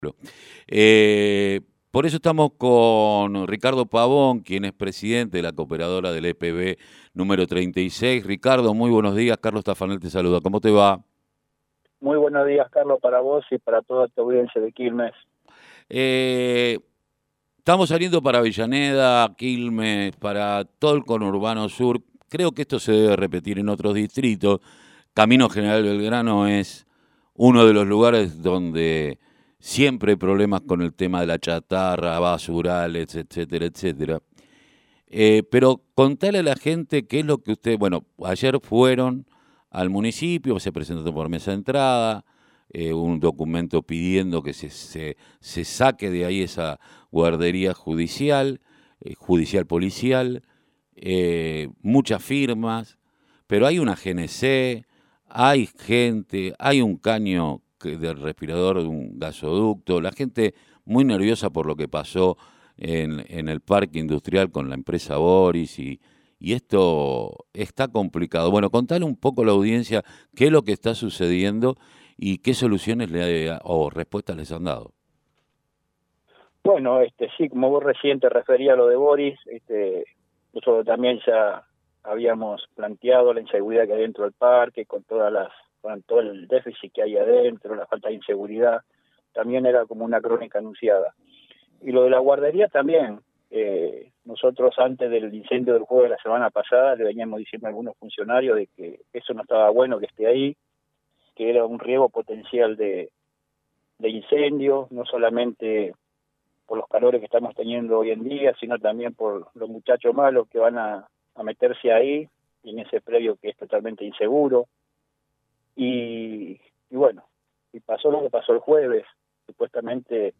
Por eso estamos con Ricardo Pavón, quien es presidente de la cooperadora del EPB número 36. Ricardo, muy buenos días. Carlos Tafanel te saluda. ¿Cómo te va? Muy buenos días, Carlos, para vos y para toda tu audiencia de Quilmes. Eh, Estamos saliendo para Avellaneda, Quilmes, para todo el conurbano sur. Creo que esto se debe repetir en otros distritos. Camino General Belgrano es uno de los lugares donde siempre hay problemas con el tema de la chatarra, basurales, etcétera, etcétera. Pero contale a la gente qué es lo que usted, bueno, ayer fueron al municipio, se presentó por mesa de entrada, un documento pidiendo que se saque de ahí esa guardería judicial, judicial policial, muchas firmas, pero hay una GNC, hay gente, hay un caño del respirador de un gasoducto, la gente muy nerviosa por lo que pasó en el parque industrial con la empresa Boris y esto está complicado. Bueno, contale un poco a la audiencia qué es lo que está sucediendo y qué soluciones o respuestas les han dado. Bueno, sí, como vos recién te referías a lo de Boris, nosotros también ya habíamos planteado la inseguridad que hay dentro del parque, con todo el déficit que hay adentro, la falta de inseguridad, también era como una crónica anunciada. Y lo de la guardería también, nosotros antes del incendio del jueves de la semana pasada le veníamos diciendo a algunos funcionarios de que eso no estaba bueno que esté ahí, que era un riesgo potencial de incendio, no solamente por los calores que estamos teniendo hoy en día, sino también por los muchachos malos que van a meterse ahí, y en ese predio que es totalmente inseguro. Y bueno, y pasó lo que pasó el jueves, supuestamente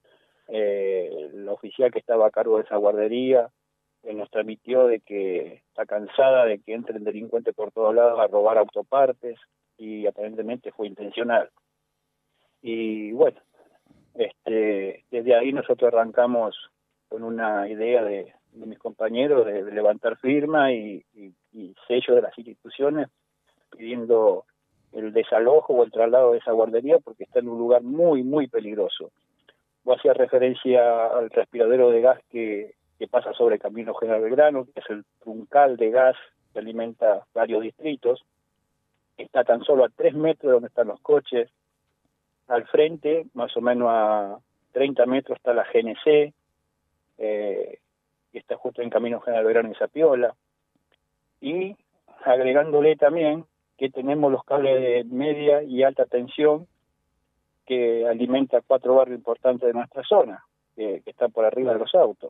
la oficial que estaba a cargo de esa guardería nos transmitió de que está cansada de que entren delincuentes por todos lados a robar autopartes, y aparentemente fue intencional. Y bueno, desde ahí nosotros arrancamos con una idea de mis compañeros de levantar firma y sellos de las instituciones pidiendo el desalojo o el traslado de esa guardería porque está en un lugar muy, muy peligroso. Vos hacías referencia al respiradero de gas que pasa sobre el Camino General Belgrano, que es el truncal de gas que alimenta varios distritos. Está tan solo a 3 metros de donde están los coches. Al frente, más o menos a 30 metros, está la GNC, que está justo en Camino General Belgrano y Zapiola. Y agregándole también que tenemos los cables de media y alta tensión que alimenta 4 barrios importantes de nuestra zona, que están por arriba de los autos.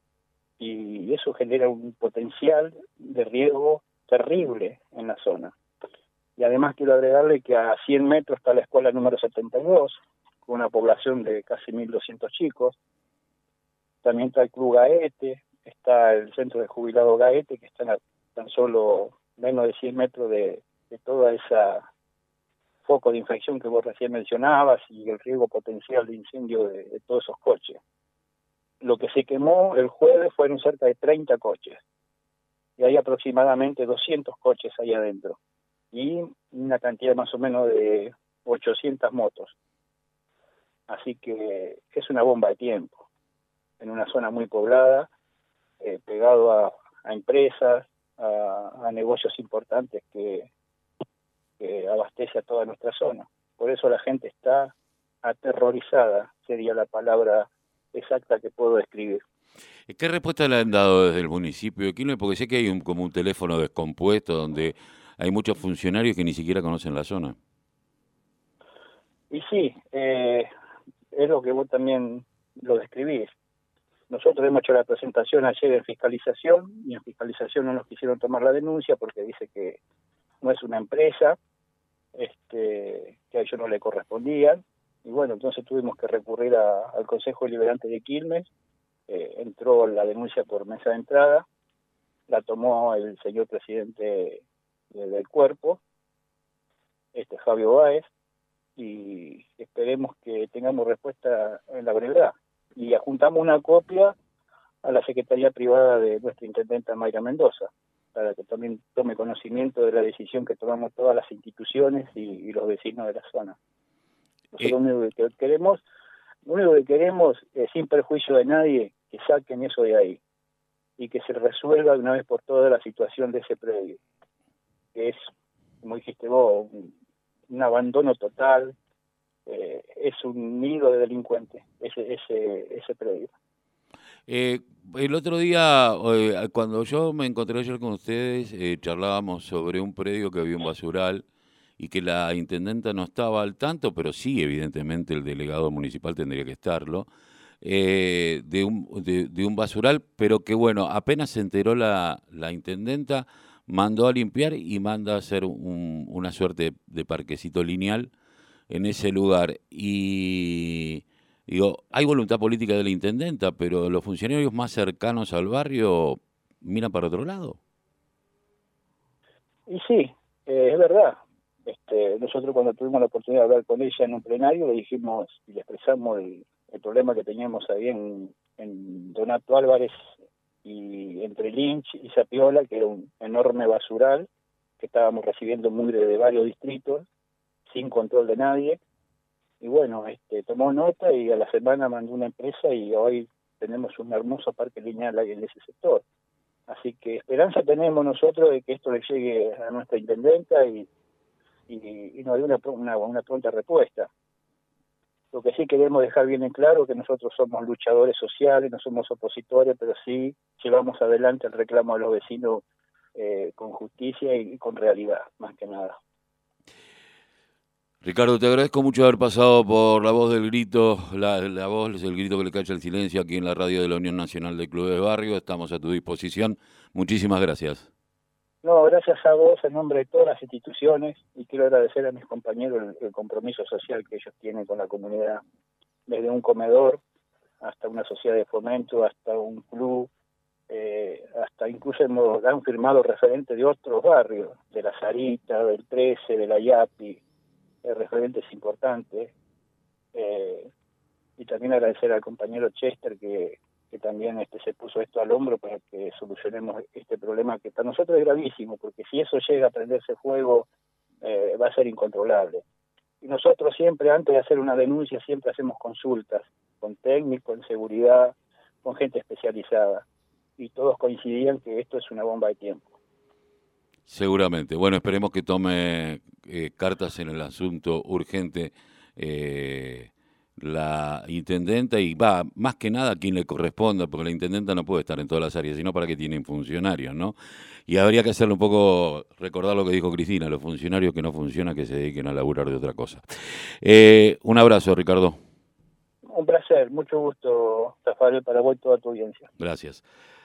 Y eso genera un potencial de riesgo terrible en la zona. Y además quiero agregarle que a 100 metros está la escuela número 72, con una población de casi 1.200 chicos. También está el Club Gaete, está el Centro de Jubilados Gaete, que está a tan solo menos de 100 metros de toda esa foco de infección que vos recién mencionabas y el riesgo potencial de incendio de todos esos coches. Lo que se quemó el jueves fueron cerca de 30 coches, y hay aproximadamente 200 coches ahí adentro, y una cantidad más o menos de 800 motos. Así que es una bomba de tiempo, en una zona muy poblada, pegado a empresas, a negocios importantes que abastece a toda nuestra zona. Por eso la gente está aterrorizada, sería la palabra exacta que puedo describir. ¿Qué respuesta le han dado desde el municipio de Quilmes? Porque sé que hay como un teléfono descompuesto donde hay muchos funcionarios que ni siquiera conocen la zona. Y sí, es lo que vos también lo describís. Nosotros hemos hecho la presentación ayer en fiscalización, y en fiscalización no nos quisieron tomar la denuncia porque dice que no es una empresa, que a ellos no le correspondían. Y bueno, entonces tuvimos que recurrir al Consejo Deliberante de Quilmes. Entró la denuncia por mesa de entrada, la tomó el señor presidente del cuerpo, Fabio Báez, y esperemos que tengamos respuesta en la brevedad. Y adjuntamos una copia a la Secretaría Privada de nuestra intendenta Mayra Mendoza, para que también tome conocimiento de la decisión que tomamos todas las instituciones y los vecinos de la zona. Eh, Nosotros lo único que queremos Lo único que queremos, sin perjuicio de nadie, que saquen eso de ahí y que se resuelva de una vez por todas la situación de ese predio, que es, como dijiste vos, un abandono total, es un nido de delincuentes, ese predio. El otro día, cuando yo me encontré ayer con ustedes, charlábamos sobre un predio que había un basural y que la intendenta no estaba al tanto, pero sí, evidentemente, el delegado municipal tendría que estarlo, de un basural, pero que bueno, apenas se enteró la intendenta, mandó a limpiar y manda a hacer una suerte de parquecito lineal en ese lugar. Y digo, hay voluntad política de la intendenta, pero los funcionarios más cercanos al barrio miran para otro lado. Y sí, es verdad. Nosotros cuando tuvimos la oportunidad de hablar con ella en un plenario, le dijimos y le expresamos el problema que teníamos ahí en Donato Álvarez y entre Lynch y Zapiola, que era un enorme basural, que estábamos recibiendo mugre de varios distritos, sin control de nadie. Y bueno, tomó nota y a la semana mandó una empresa y hoy tenemos un hermoso parque lineal ahí en ese sector. Así que esperanza tenemos nosotros de que esto le llegue a nuestra intendenta y nos dé una pronta respuesta. Lo que sí queremos dejar bien en claro que nosotros somos luchadores sociales, no somos opositores, pero sí llevamos adelante el reclamo de los vecinos con justicia y con realidad, más que nada. Ricardo, te agradezco mucho haber pasado por la voz del grito, la voz, el grito que le cacha el silencio aquí en la radio de la Unión Nacional de Clubes de Barrio. Estamos a tu disposición. Muchísimas gracias. No, gracias a vos en nombre de todas las instituciones y quiero agradecer a mis compañeros el compromiso social que ellos tienen con la comunidad, desde un comedor hasta una sociedad de fomento, hasta un club, hasta incluso han firmado referentes de otros barrios, de la Sarita, del 13, de la Yapi, referentes importantes, y también agradecer al compañero Chester que también se puso esto al hombro para que solucionemos este problema que para nosotros es gravísimo, porque si eso llega a prenderse fuego va a ser incontrolable. Y nosotros siempre, antes de hacer una denuncia, siempre hacemos consultas con técnicos, en seguridad, con gente especializada, y todos coincidían que esto es una bomba de tiempo. Seguramente. Bueno, esperemos que tome cartas en el asunto urgente la intendenta y va, más que nada a quien le corresponda, porque la intendenta no puede estar en todas las áreas, sino para que tienen funcionarios, ¿no? Y habría que hacerle un poco, recordar lo que dijo Cristina, los funcionarios que no funcionan, que se dediquen a laburar de otra cosa. Un abrazo, Ricardo. Un placer, mucho gusto, Tafarel, para vos y toda tu audiencia. Gracias.